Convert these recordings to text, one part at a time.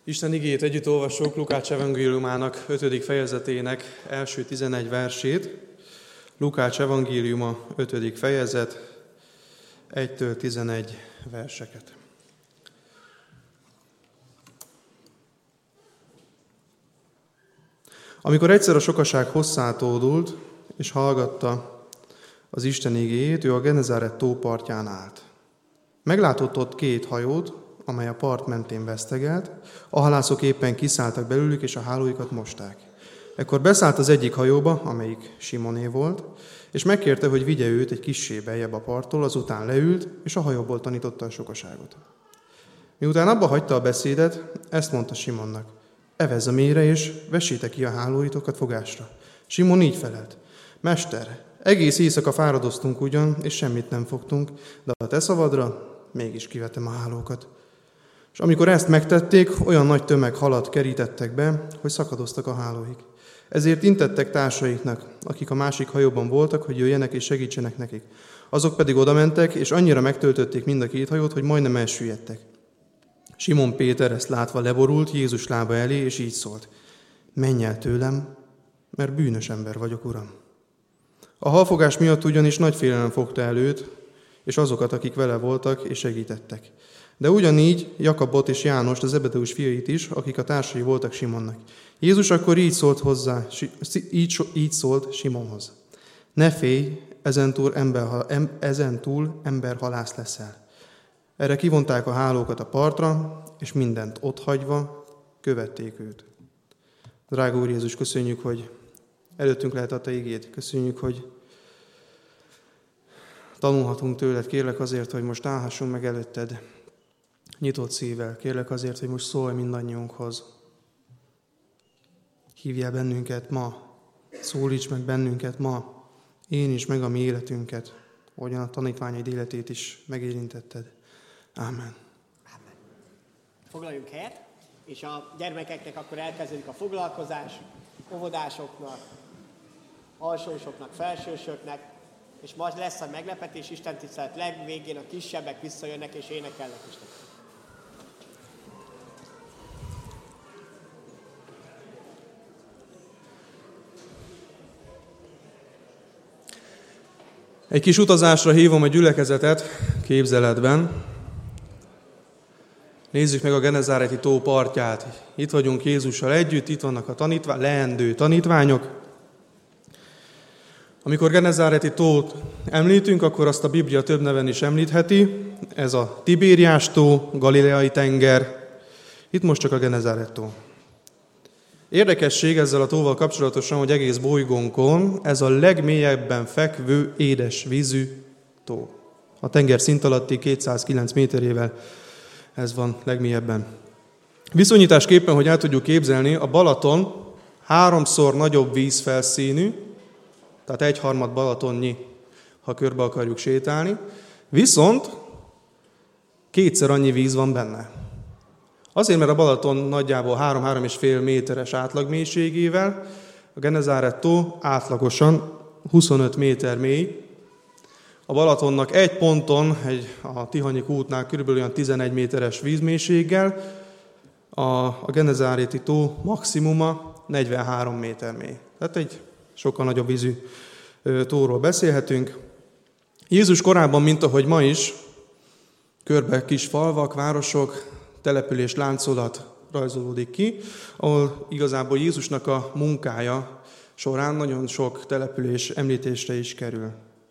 Isten igéjét együtt olvassuk Lukács evangéliumának 5. fejezetének első 11 versét. Lukács evangéliuma 5. fejezet, 1-től 11 verseket. Amikor egyszer a sokaság hosszától ódult, és hallgatta az Isten igéjét, ő a Genezáret tó partján állt. Meglátott ott két hajót, amely a part mentén vesztegelt, a halászok éppen kiszálltak belőlük, és a hálóikat mosták. Ekkor beszállt az egyik hajóba, amelyik Simoné volt, és megkérte, hogy vigye őt egy kissé beljebb a parttól, azután leült, és a hajóból tanította a sokaságot. Miután abba hagyta a beszédet, ezt mondta Simonnak: evezz a mélyre, és vessétek ki a hálóitokat fogásra. Simon így felelt: Mester, egész éjszaka fáradoztunk ugyan, és semmit nem fogtunk, de a te szavadra mégis kivetem a hálókat. És amikor ezt megtették, olyan nagy tömeg halat kerítettek be, hogy szakadoztak a hálóik. Ezért intettek társaiknak, akik a másik hajóban voltak, hogy jöjjenek és segítsenek nekik. Azok pedig odamentek, és annyira megtöltötték mind a két hajót, hogy majdnem elsüllyedtek. Simon Péter ezt látva leborult Jézus lába elé, és így szólt: menj el tőlem, mert bűnös ember vagyok, Uram. A halfogás miatt ugyanis nagy félelem fogta el őt, és azokat, akik vele voltak és segítettek. De ugyanígy Jakabot és Jánost, az Zebedeus fiait is, akik a társai voltak Simonnak. Jézus akkor így szólt Simonhoz: ne félj, ezentúl emberhalász leszel. Erre kivonták a hálókat a partra, és mindent otthagyva követték őt. Drága Úr Jézus, köszönjük, hogy előttünk lehet a te igéd. Köszönjük, hogy tanulhatunk tőled. Kérlek azért, hogy most állhassunk meg előtted nyitott szívvel. Kérlek azért, hogy most szólj mindannyiunkhoz. Hívjál bennünket ma, szólíts meg bennünket ma, én is, meg a mi életünket, ahogyan a tanítványaid életét is megérintetted. Ámen. Foglaljunk helyet, és a gyermekeknek akkor elkezdődik a foglalkozás, óvodásoknak, alsósoknak, felsősöknek, és majd lesz a meglepetés, Isten tisztelet legvégén a kisebbek visszajönnek és énekelnek is. Egy kis utazásra hívom a gyülekezetet képzeletben. Nézzük meg a Genezáreti tó partját. Itt vagyunk Jézussal együtt, itt vannak a leendő tanítványok. Amikor Genezáreti tót említünk, akkor azt a Biblia több neven is említheti. Ez a Tibériás tó, Galileai tenger. Itt most csak a Genezáret tó. Érdekesség ezzel a tóval kapcsolatosan, hogy egész bolygónkon ez a legmélyebben fekvő édes vízű tó. A tenger szint alatti 209 méterével ez van legmélyebben. Viszonyításképpen, hogy el tudjuk képzelni, a Balaton 3-szor nagyobb vízfelszínű, tehát 1/3 Balatonnyi, ha körbe akarjuk sétálni, viszont 2-szer annyi víz van benne. Azért, mert a Balaton nagyjából 3-3,5 méteres átlagmélységével, a Genezáret tó átlagosan 25 méter mély. A Balatonnak egy ponton, a Tihanyi kútnál körülbelül olyan 11 méteres vízmélységgel, a Genezáreti tó maximuma 43 méter mély. Tehát egy sokkal nagyobb vízű tóról beszélhetünk. Jézus korában, mint ahogy ma is, körbe kis falvak, városok, település láncolat rajzolódik ki, ahol igazából Jézusnak a munkája során nagyon sok település említésre is kerül.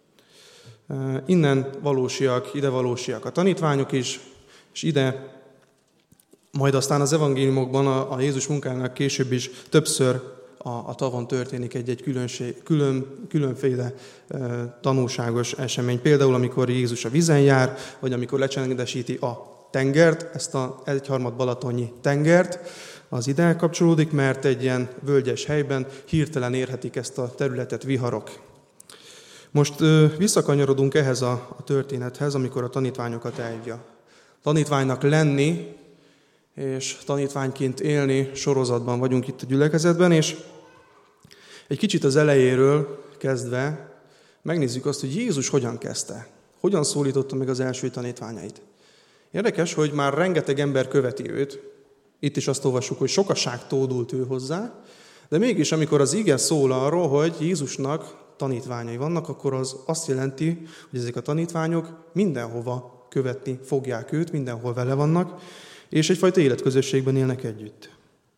Innen valósiak, ide valósiak a tanítványok is, és ide, majd aztán az evangéliumokban a Jézus munkájának később is többször a tavon történik egy különféle tanulságos esemény. Például, amikor Jézus a vízen jár, vagy amikor lecsendesíti a tengert, ezt a 1/3 balatonnyi tengert, az ide kapcsolódik, mert egy ilyen völgyes helyben hirtelen érhetik ezt a területet viharok. Most visszakanyarodunk ehhez a történethez, amikor a tanítványokat elhívja. Tanítványnak lenni és tanítványként élni sorozatban vagyunk itt a gyülekezetben, és egy kicsit az elejéről kezdve megnézzük azt, hogy Jézus hogyan kezdte, hogyan szólította meg az első tanítványait. Érdekes, hogy már rengeteg ember követi őt, Itt is azt olvassuk, hogy sokaság tódult ő hozzá, de mégis, amikor az ige szól arról, hogy Jézusnak tanítványai vannak, akkor az azt jelenti, hogy ezek a tanítványok mindenhova követni fogják őt, mindenhol vele vannak, és egyfajta életközösségben élnek együtt.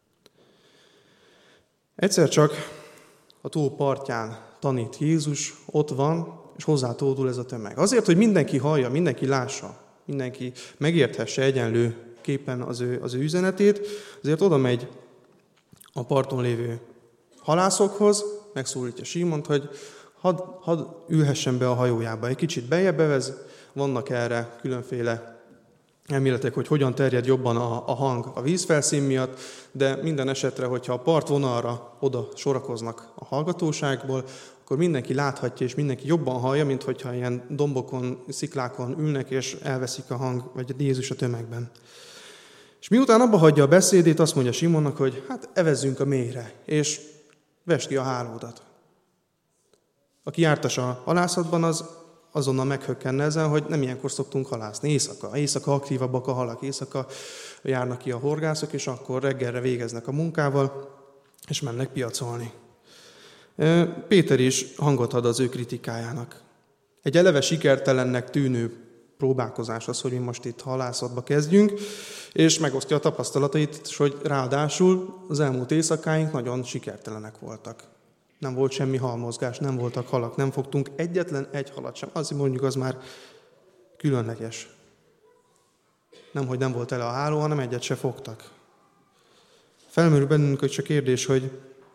Egyszer csak a tó partján tanít Jézus, ott van, és hozzátódul ez a tömeg. Azért, hogy mindenki hallja, mindenki lássa, mindenki megérthesse egyenlőképpen az ő üzenetét, azért oda megy a parton lévő halászokhoz, megszólítja Símont, hogy hadd ülhessen be a hajójába. Egy kicsit bejjebb bevez, vannak erre különféle elméletek, hogy hogyan terjed jobban a hang a vízfelszín miatt, de minden esetre, hogyha a partvonalra oda sorakoznak a hallgatóságból, akkor mindenki láthatja, és mindenki jobban hallja, mint hogyha ilyen dombokon, sziklákon ülnek, és elveszik a hang, vagy Jézus a tömegben. És miután abba hagyja a beszédét, azt mondja Simonnak, hogy hát evezzünk a mélyre, és vesd ki a hálódat. Aki jártas a halászatban, az azonnal meghökkenne ezen, hogy nem ilyenkor szoktunk halászni. Éjszaka aktívabbak a halak, éjszaka járnak ki a horgászok, és akkor reggelre végeznek a munkával, és mennek piacolni. Péter is hangot ad az ő kritikájának. Egy eleve sikertelennek tűnő próbálkozás az, hogy mi most itt halászatba kezdjünk, és megosztja a tapasztalatait, hogy ráadásul az elmúlt éjszakáink nagyon sikertelenek voltak. Nem volt semmi halmozgás, nem voltak halak, nem fogtunk egyetlen egy halat sem. Azért mondjuk, az már különleges. Nemhogy nem volt tele a háló, hanem egyet se fogtak. Felmerül bennünk egy csak kérdés, hogy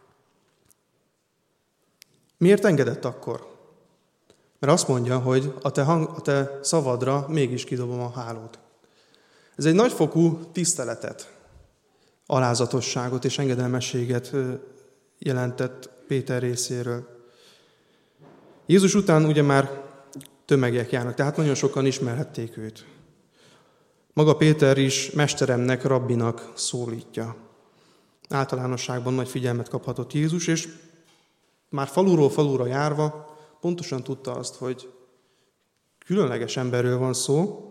miért engedett akkor? Mert azt mondja, hogy a te szavadra mégis kidobom a hálót. Ez egy nagyfokú tiszteletet, alázatosságot és engedelmességet jelentett Péter részéről. Jézus után ugye már tömegek járnak, tehát nagyon sokan ismerhették őt. Maga Péter is mesteremnek, rabbinak szólítja. Általánosságban nagy figyelmet kaphatott Jézus, és már faluról falura járva pontosan tudta azt, hogy különleges emberről van szó.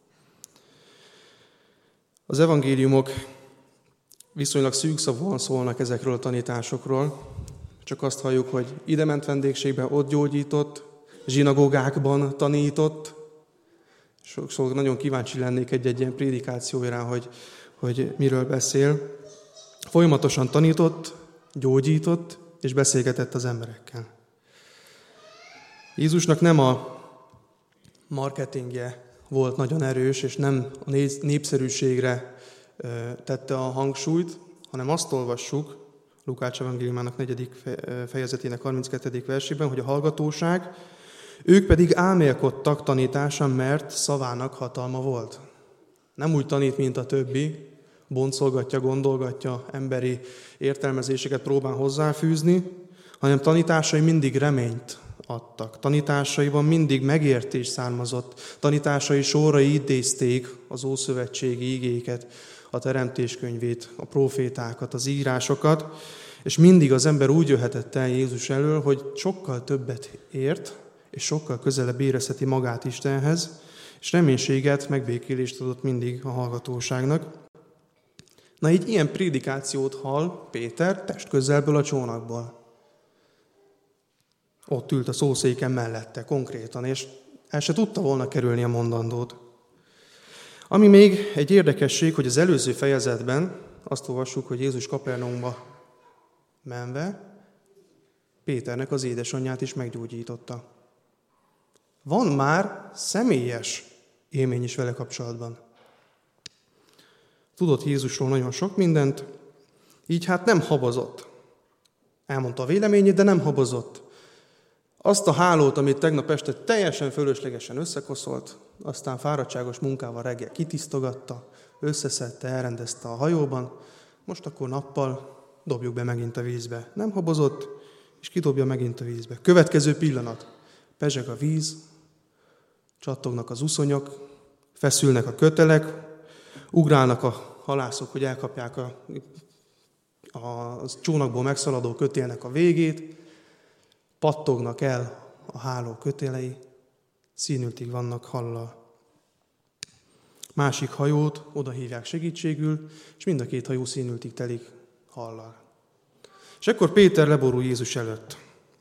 Az evangéliumok viszonylag szűkszavúan szólnak ezekről a tanításokról. Csak azt halljuk, hogy ide ment vendégségbe, ott gyógyított, zsinagógákban tanított. Sokszor nagyon kíváncsi lennék egy ilyen prédikációra, hogy miről beszél. Folyamatosan tanított, gyógyított, és beszélgetett az emberekkel. Jézusnak nem a marketingje volt nagyon erős, és nem a népszerűségre tette a hangsúlyt, hanem azt olvassuk Lukács evangéliumának 4. fejezetének 32. versében, hogy a hallgatóság, ők pedig álmélkodtak tanításán, mert szavának hatalma volt. Nem úgy tanít, mint a többi, boncolgatja, gondolgatja, emberi értelmezéseket próbál hozzáfűzni, hanem tanításai mindig reményt adtak. Tanításaiban mindig megértés származott. Tanításai sorai idézték az ószövetségi igéket, a teremtéskönyvét, a profétákat, az írásokat, és mindig az ember úgy jöhetett el Jézus elől, hogy sokkal többet ért, és sokkal közelebb érezheti magát Istenhez, és reménységet, megbékélést adott mindig a hallgatóságnak. Na így ilyen prédikációt hall Péter testközelből a csónakból. Ott ült a szószéken mellette konkrétan, és el se tudta volna kerülni a mondandót. Ami még egy érdekesség, hogy az előző fejezetben azt olvassuk, hogy Jézus Kapernaumba menve Péternek az édesanyját is meggyógyította. Van már személyes élmény is vele kapcsolatban. Tudott Jézusról nagyon sok mindent, így hát nem habozott. Elmondta a véleményét, de nem habozott. Azt a hálót, amit tegnap este teljesen fölöslegesen összekoszolt, aztán fáradtságos munkával reggel kitisztogatta, összeszedte, elrendezte a hajóban, most akkor nappal dobjuk be megint a vízbe. Nem habozott, és kidobja megint a vízbe. Következő pillanat. Pezseg a víz, csattognak az uszonyok, feszülnek a kötelek, ugrálnak a halászok, hogy elkapják a csónakból megszaladó kötélnek a végét, pattognak el a háló kötélei, színültig vannak hallal. másik hajót oda hívják segítségül, és mind a két hajó színültig telik hallal. És ekkor Péter leborul Jézus előtt.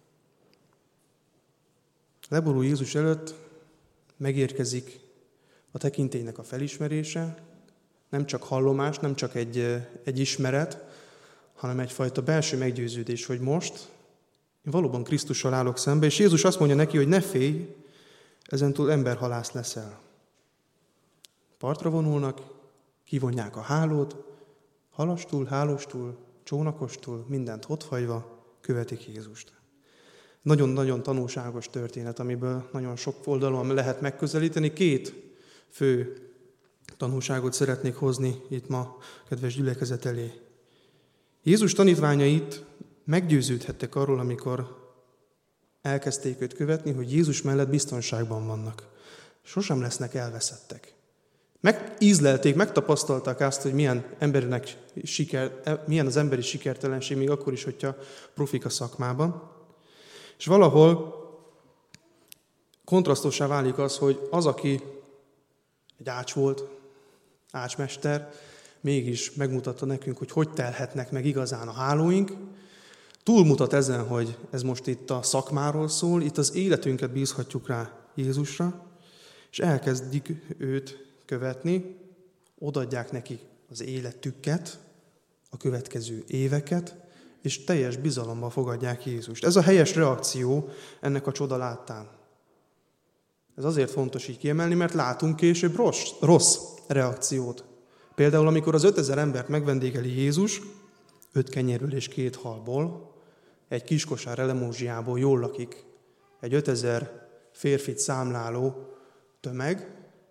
Leborul Jézus előtt, megérkezik a tekintélynek a felismerése, nem csak hallomás, nem csak egy ismeret, hanem egyfajta belső meggyőződés, hogy most én valóban Krisztussal állok szembe, és Jézus azt mondja neki, hogy ne félj, ezentúl emberhalász leszel. Partra vonulnak, kivonják a hálót, halastul, hálóstul, csónakostul, mindent hotthagyva követik Jézust. Nagyon-nagyon tanulságos történet, amiből nagyon sok oldalon lehet megközelíteni. Két fő tanulságot szeretnék hozni itt ma, kedves gyülekezet elé. Jézus tanítványait meggyőződhettek arról, amikor elkezdték őt követni, hogy Jézus mellett biztonságban vannak. Sosem lesznek elveszettek. Megízlelték, megtapasztalták azt, hogy milyen az emberi sikertelenség, még akkor is, hogyha profik a szakmában. És valahol kontrasztossá válik az, hogy az, aki egy ács volt, ácsmester, mégis megmutatta nekünk, hogy telhetnek meg igazán a hálóink. Túlmutat ezen, hogy ez most itt a szakmáról szól, itt az életünket bízhatjuk rá Jézusra, és elkezdik őt követni, odaadják neki az életüket, a következő éveket, és teljes bizalommal fogadják Jézust. Ez a helyes reakció ennek a csoda láttán. Ez azért fontos így kiemelni, mert látunk később rossz reakciót. Például, amikor az 5000 embert megvendégeli Jézus, 5 kenyérről és 2 halból, egy kis kosár elemózsiából jól lakik egy 5000 férfit számláló tömeg,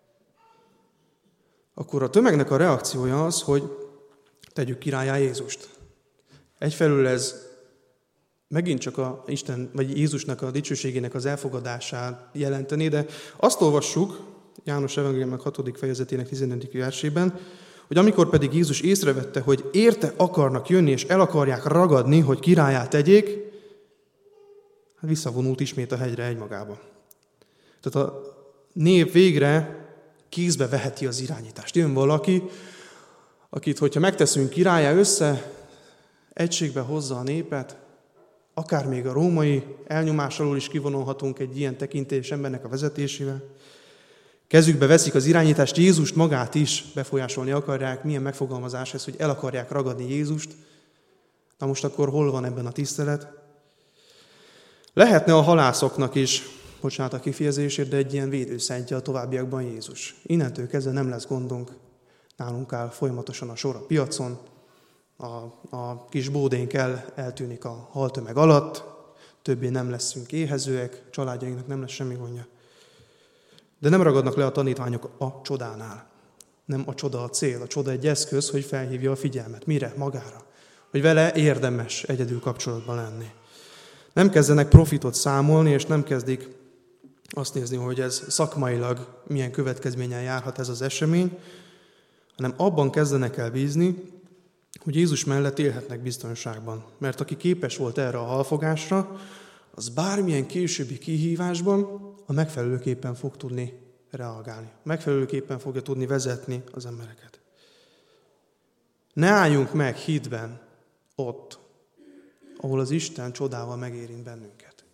akkor a tömegnek a reakciója az, hogy tegyük királlyá Jézust. Egyfelől ez megint csak a Isten, vagy Jézusnak a dicsőségének az elfogadását jelenteni, de azt olvassuk János evangéliumának 6. fejezetének 14. versében, hogy amikor pedig Jézus észrevette, hogy érte akarnak jönni, és el akarják ragadni, hogy királlyá tegyék, hát visszavonult ismét a hegyre egymagába. Tehát a nép végre kézbe veheti az irányítást. Jön valaki, akit, hogyha megteszünk királlyá, egységbe hozza a népet, akár még a római elnyomás alól is kivonulhatunk egy ilyen tekintélyes embernek a vezetésével. Kezükbe veszik az irányítást, Jézust magát is befolyásolni akarják. Milyen megfogalmazás ez, hogy el akarják ragadni Jézust. Na most akkor hol van ebben a tisztelet? Lehetne a halászoknak is, bocsánat a kifejezésért, de egy ilyen védőszentje a továbbiakban Jézus. Innentől kezdve nem lesz gondunk. Nálunk áll folyamatosan a sor a piacon, a kis bódénk eltűnik a haltömeg alatt, többé nem leszünk éhezőek, családjainknak nem lesz semmi gondja. De nem ragadnak le a tanítványok a csodánál. Nem a csoda a cél, a csoda egy eszköz, hogy felhívja a figyelmet. Mire? Magára. Hogy vele érdemes egyedül kapcsolatban lenni. Nem kezdenek profitot számolni, és nem kezdik azt nézni, hogy ez szakmailag milyen következménnyel járhat ez az esemény, hanem abban kezdenek el bízni, hogy Jézus mellett élhetnek biztonságban. Mert aki képes volt erre a halfogásra, az bármilyen későbbi kihívásban a megfelelőképpen fog tudni reagálni. Megfelelőképpen fogja tudni vezetni az embereket. Ne álljunk meg hitben ott, ahol az Isten csodával megérint bennünket.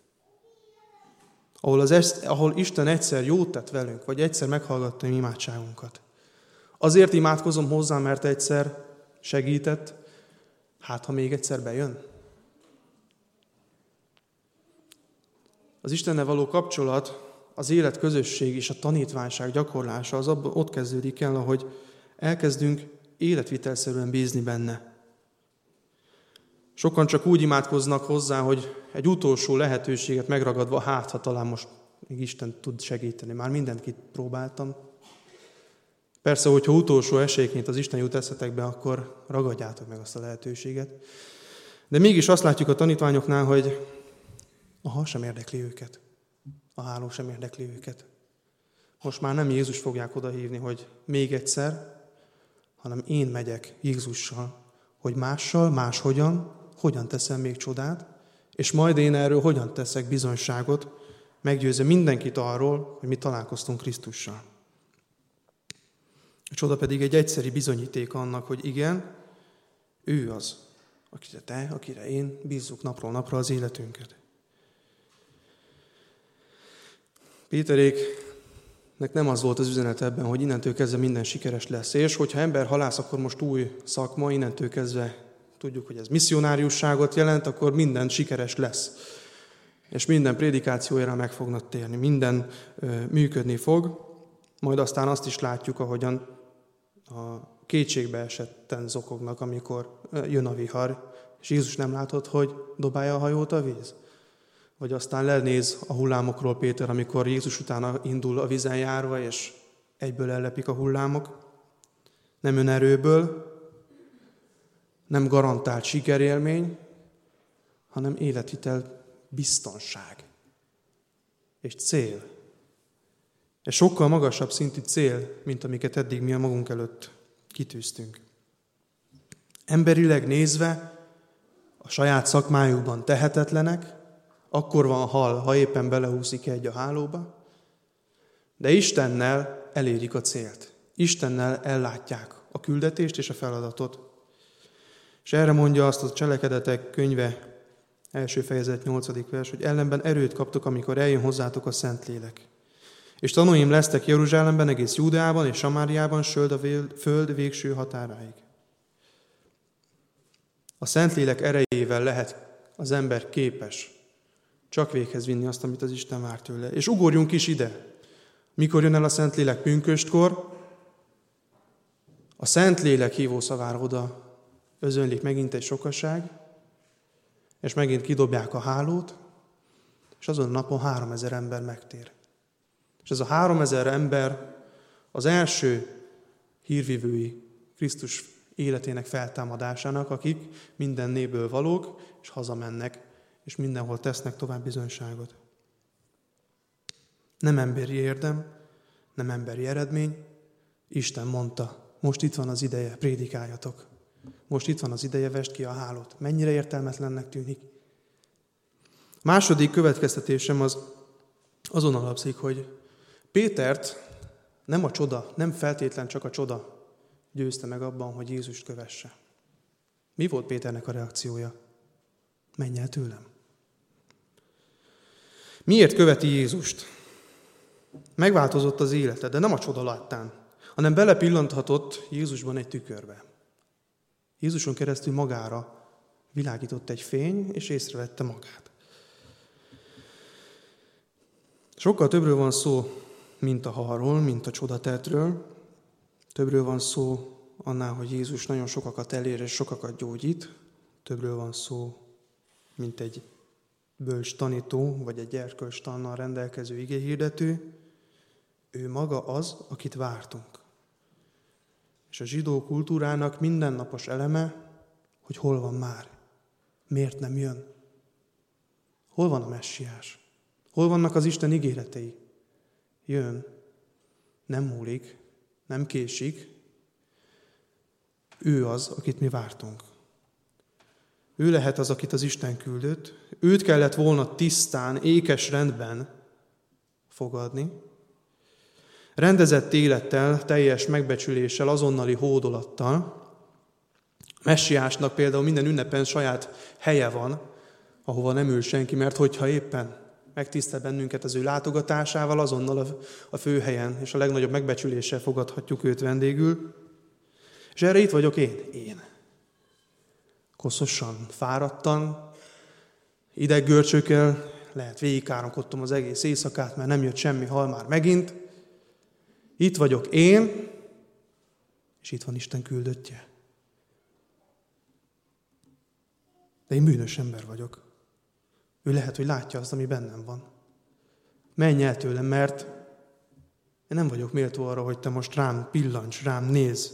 Ahol Isten egyszer jót tett velünk, vagy egyszer meghallgatta a mi imádságunkat. Azért imádkozom hozzá, mert egyszer segített, hát ha még egyszer bejön. Az Istennel való kapcsolat, az élet közösség és a tanítványság gyakorlása az ott kezdődik el, ahogy elkezdünk életvitelszerűen bízni benne. Sokan csak úgy imádkoznak hozzá, hogy egy utolsó lehetőséget megragadva, ha talán most még Isten tud segíteni. Már mindent kipróbáltam. Persze, hogyha utolsó esélyként az Isten jut eszetekbe, akkor ragadjátok meg azt a lehetőséget. De mégis azt látjuk a tanítványoknál, hogy a hal sem érdekli őket. A háló sem érdekli őket. Most már nem Jézus fogják odahívni, hogy még egyszer, hanem én megyek Jézussal, hogy hogyan teszem még csodát, és majd én erről hogyan teszek bizonyságot, meggyőzve mindenkit arról, hogy mi találkoztunk Krisztussal. A csoda pedig egy egyszeri bizonyíték annak, hogy igen, ő az, akire te, akire én bízzuk napról napra az életünket. Péteréknek nem az volt az üzenet ebben, hogy innentől kezdve minden sikeres lesz. És hogyha ember halász, akkor most új szakma, innentől kezdve tudjuk, hogy ez misszionáriusságot jelent, akkor minden sikeres lesz. És minden prédikációjára meg fognak térni, minden működni fog. Majd aztán azt is látjuk, ahogyan a kétségbe esetten zokognak, amikor jön a vihar, és Jézus nem látod, hogy dobálja a hajót a víz? Vagy aztán lenéz a hullámokról Péter, amikor Jézus utána indul a vízen járva, és egyből ellepik a hullámok. Nem önerőből, nem garantált sikerélmény, hanem életvitel, biztonság és cél. Ez sokkal magasabb szintű cél, mint amiket eddig mi a magunk előtt kitűztünk. Emberileg nézve a saját szakmájukban tehetetlenek, akkor van hal, ha éppen belehúzik egy a hálóba, de Istennel elérik a célt. Istennel ellátják a küldetést és a feladatot. És erre mondja azt a Cselekedetek könyve, 1. fejezet 8. vers, hogy ellenben erőt kaptok, amikor eljön hozzátok a Szentlélek. És tanúim lesztek Jeruzsálemben, egész Júdeában és Samáriában, sőt a föld végső határáig. A Szentlélek erejével lehet az ember képes csak véghez vinni azt, amit az Isten vár tőle. És ugorjunk is ide. Mikor jön el a Szentlélek pünköstkor, a Szentlélek hívószavára oda özönlik megint egy sokaság, és megint kidobják a hálót, és azon a napon 3000 ember megtér. És ez a 3000 ember az első hírvivői Krisztus életének feltámadásának, akik minden népből valók, és hazamennek, és mindenhol tesznek tovább bizonyságot. Nem emberi érdem, nem emberi eredmény. Isten mondta, most itt van az ideje, prédikáljatok. Most itt van az ideje, vesd ki a hálót. Mennyire értelmetlennek tűnik. Második következtetésem azon alapszik, hogy Pétert nem a csoda, nem feltétlen csak a csoda győzte meg abban, hogy Jézust kövesse. Mi volt Péternek a reakciója? Menj el tőlem. Miért követi Jézust? Megváltozott az élete, de nem a csoda láttán, hanem belepillanthatott Jézusban egy tükörbe. Jézuson keresztül magára világított egy fény, és észrevette magát. Sokkal többről van szó, mint a halról, mint a csodatettről. Többről van szó annál, hogy Jézus nagyon sokakat elér és sokakat gyógyít. Többről van szó, mint egy bölcs tanító, vagy egy erkölcstannal rendelkező igehirdető. Ő maga az, akit vártunk. És a zsidó kultúrának mindennapos eleme, hogy hol van már, miért nem jön. Hol van a messiás? Hol vannak az Isten ígéretei? Jön, nem múlik, nem késik. Ő az, akit mi vártunk. Ő lehet az, akit az Isten küldött. Őt kellett volna tisztán, ékes rendben fogadni. Rendezett élettel, teljes megbecsüléssel, azonnali hódolattal. Messiásnak például minden ünnepen saját helye van, ahova nem ül senki, mert hogyha éppen megtisztel bennünket az ő látogatásával, azonnal a főhelyen és a legnagyobb megbecsüléssel fogadhatjuk őt vendégül. És erre itt vagyok én. Koszosan, fáradtan, ideggörcsökkel, lehet végigkáromkodtam az egész éjszakát, mert nem jött semmi hal már megint. Itt vagyok én, és itt van Isten küldöttje. De én bűnös ember vagyok. Ő lehet, hogy látja azt, ami bennem van. Menj el tőlem, mert én nem vagyok méltó arra, hogy te most rám pillancs, rám nézz.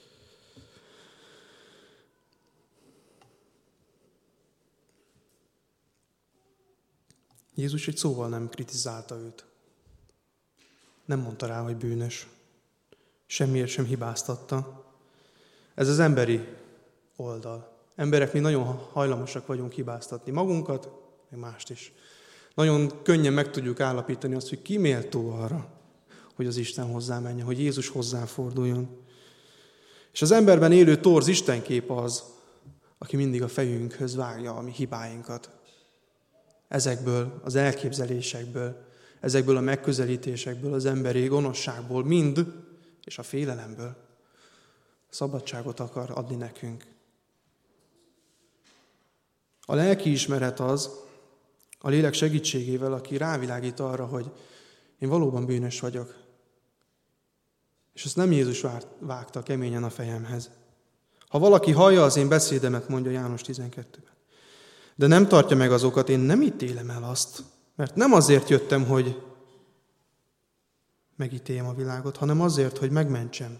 Jézus egy szóval nem kritizálta őt. Nem mondta rá, hogy bűnös. Semmiért sem hibáztatta. Ez az emberi oldal. Emberek, mi nagyon hajlamosak vagyunk hibáztatni magunkat, meg mást is. Nagyon könnyen meg tudjuk állapítani azt, hogy ki méltó arra, hogy az Isten hozzá menjen, hogy Jézus hozzáforduljon. És az emberben élő torz istenkép az, aki mindig a fejünkhöz vágja a mi hibáinkat. Ezekből az elképzelésekből, ezekből a megközelítésekből, az emberi gonoszságból mind, és a félelemből szabadságot akar adni nekünk. A lelkiismeret az, a lélek segítségével, aki rávilágít arra, hogy én valóban bűnös vagyok. És ezt nem Jézus vágta keményen a fejemhez. Ha valaki hallja az én beszédemet, mondja János 12-ben, de nem tartja meg azokat, én nem ítélem el azt, mert nem azért jöttem, hogy megítéljem a világot, hanem azért, hogy megmentsem.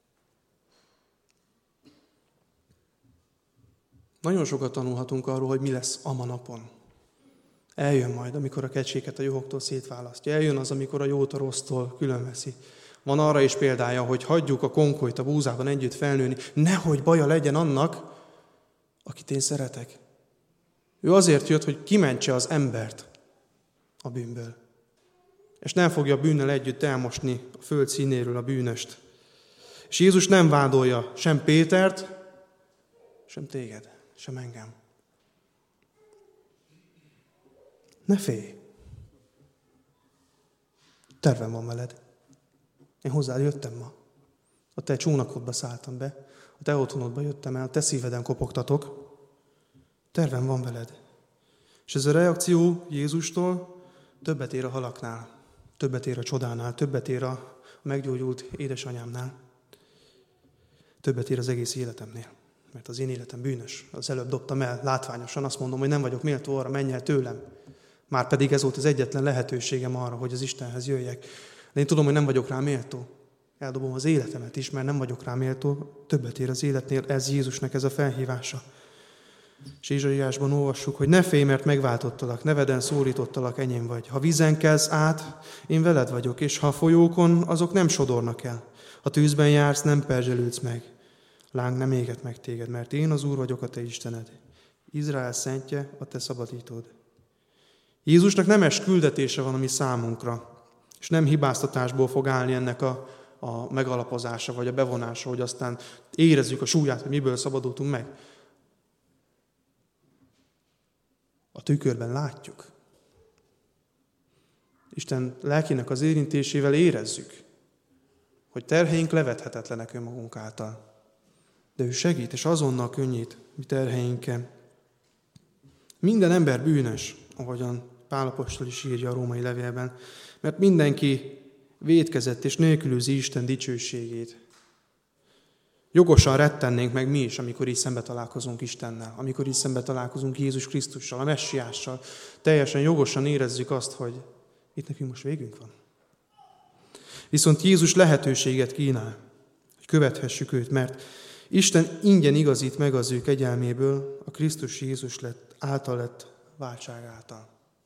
Nagyon sokat tanulhatunk arról, hogy mi lesz a napon. Eljön majd, amikor a kecséket a juhoktól szétválasztja. Eljön az, amikor a jót a rossztól különveszi. Van arra is példája, hogy hagyjuk a konkolyt a búzában együtt felnőni, nehogy baja legyen annak, akit én szeretek. Ő azért jött, hogy kimentse az embert a bűnből. És nem fogja a bűnnel együtt elmosni a föld színéről a bűnöst. És Jézus nem vádolja sem Pétert, sem téged, sem engem. Ne félj! Tervem van veled. Én hozzád jöttem ma. A te csónakodba szálltam be, a te otthonodba jöttem el, a te szíveden kopogtatok. Tervem van veled. És ez a reakció Jézustól többet ér a halaknál, többet ér a csodánál, többet ér a meggyógyult édesanyámnál, többet ér az egész életemnél. Mert az én életem bűnös. Az előbb dobtam el látványosan, azt mondom, hogy nem vagyok méltó arra, menj el tőlem. Márpedig ez volt az egyetlen lehetőségem arra, hogy az Istenhez jöjjek. De én tudom, hogy nem vagyok rá méltó. Eldobom az életemet is, mert nem vagyok rá méltó. Többet ér az életnél, ez Jézusnak ez a felhívása. És Ézsaiásban olvassuk, hogy ne félj, mert megváltottalak, neveden szólítottalak, enyém vagy. Ha vízen kelsz át, én veled vagyok, és ha a folyókon, azok nem sodornak el. Ha tűzben jársz, nem perzselődsz meg. Láng nem éget meg téged, mert én az Úr vagyok, a te Istened. Izrael szentje, a te szabadítód. Jézusnak nemes küldetése van a mi számunkra, és nem hibáztatásból fog állni ennek a megalapozása, vagy a bevonása, hogy aztán érezzük a súlyát, hogy miből szabadultunk meg. A tükörben látjuk. Isten lelkének az érintésével érezzük, hogy terheink levethetetlenek önmagunk által. De ő segít, és azonnal könnyít mi terheinken. Minden ember bűnös, ahogyan Pál apostol is írja a római levélben, mert mindenki vétkezett és nélkülözi Isten dicsőségét. Jogosan rettennénk meg mi is, amikor így szembe találkozunk Istennel, amikor így szembe találkozunk Jézus Krisztussal, a Messiással. Teljesen jogosan érezzük azt, hogy itt nekünk most végünk van. Viszont Jézus lehetőséget kínál, hogy követhessük őt, mert Isten ingyen igazít meg az ő kegyelméből, a Krisztus Jézus által lett váltság által.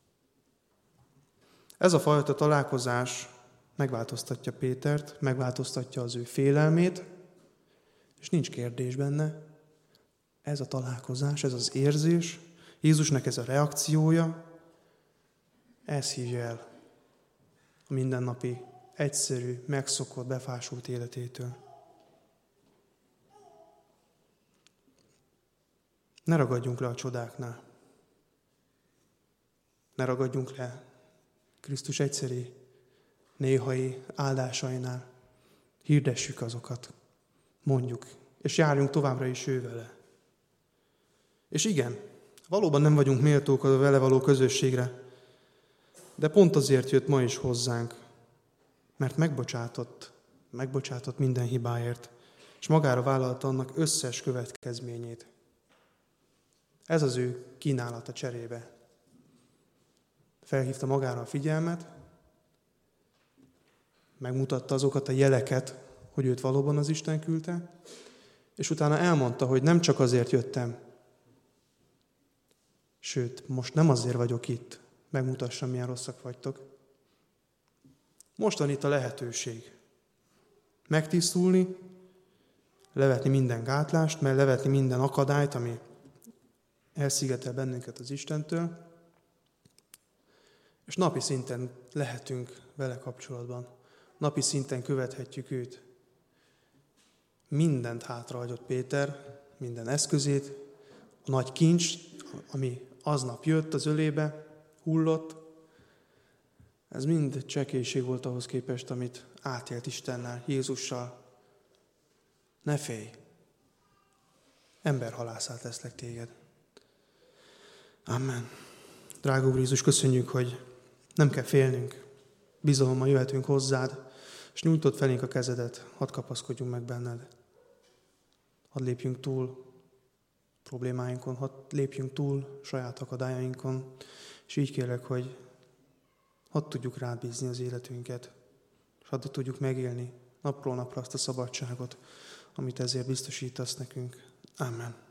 Ez a fajta találkozás megváltoztatja Pétert, megváltoztatja az ő félelmét, és nincs kérdés benne. Ez a találkozás, ez az érzés, Jézusnak ez a reakciója, ez hívja el a mindennapi, egyszerű, megszokott, befásult életétől. Ne ragadjunk le a csodáknál. Ne ragadjunk le Krisztus egyszeri, néhai áldásainál. Hirdessük azokat, mondjuk, és járjunk továbbra is ő vele. És igen, valóban nem vagyunk méltók a vele való közösségre, de pont azért jött ma is hozzánk, mert megbocsátott minden hibáért, és magára vállalta annak összes következményét. Ez az ő kínálata cserébe. Felhívta magára a figyelmet, megmutatta azokat a jeleket, hogy őt valóban az Isten küldte, és utána elmondta, hogy nem csak azért jöttem, sőt, most nem azért vagyok itt, megmutassam, milyen rosszak vagytok. Most van itt a lehetőség. Megtisztulni, levetni minden gátlást, mert levetni minden akadályt, ami elszigetel bennünket az Istentől, és napi szinten lehetünk vele kapcsolatban. napi szinten követhetjük őt. Mindent hátrahagyott Péter, minden eszközét, a nagy kincs, ami aznap jött az ölébe, hullott, ez mind csekélység volt ahhoz képest, amit átélt Istennel, Jézussal. Ne félj! Emberhalásszá teszlek téged. Amen. Drága Úr Jézus, köszönjük, hogy nem kell félnünk. Bizalommal jöhetünk hozzád, és nyújtod felénk a kezedet. Hadd kapaszkodjunk meg benned. Hadd lépjünk túl problémáinkon, hadd lépjünk túl saját akadályainkon, és így kérlek, hogy hadd tudjuk rád bízni az életünket, és hadd tudjuk megélni napról napra azt a szabadságot, amit ezért biztosítasz nekünk. Amen.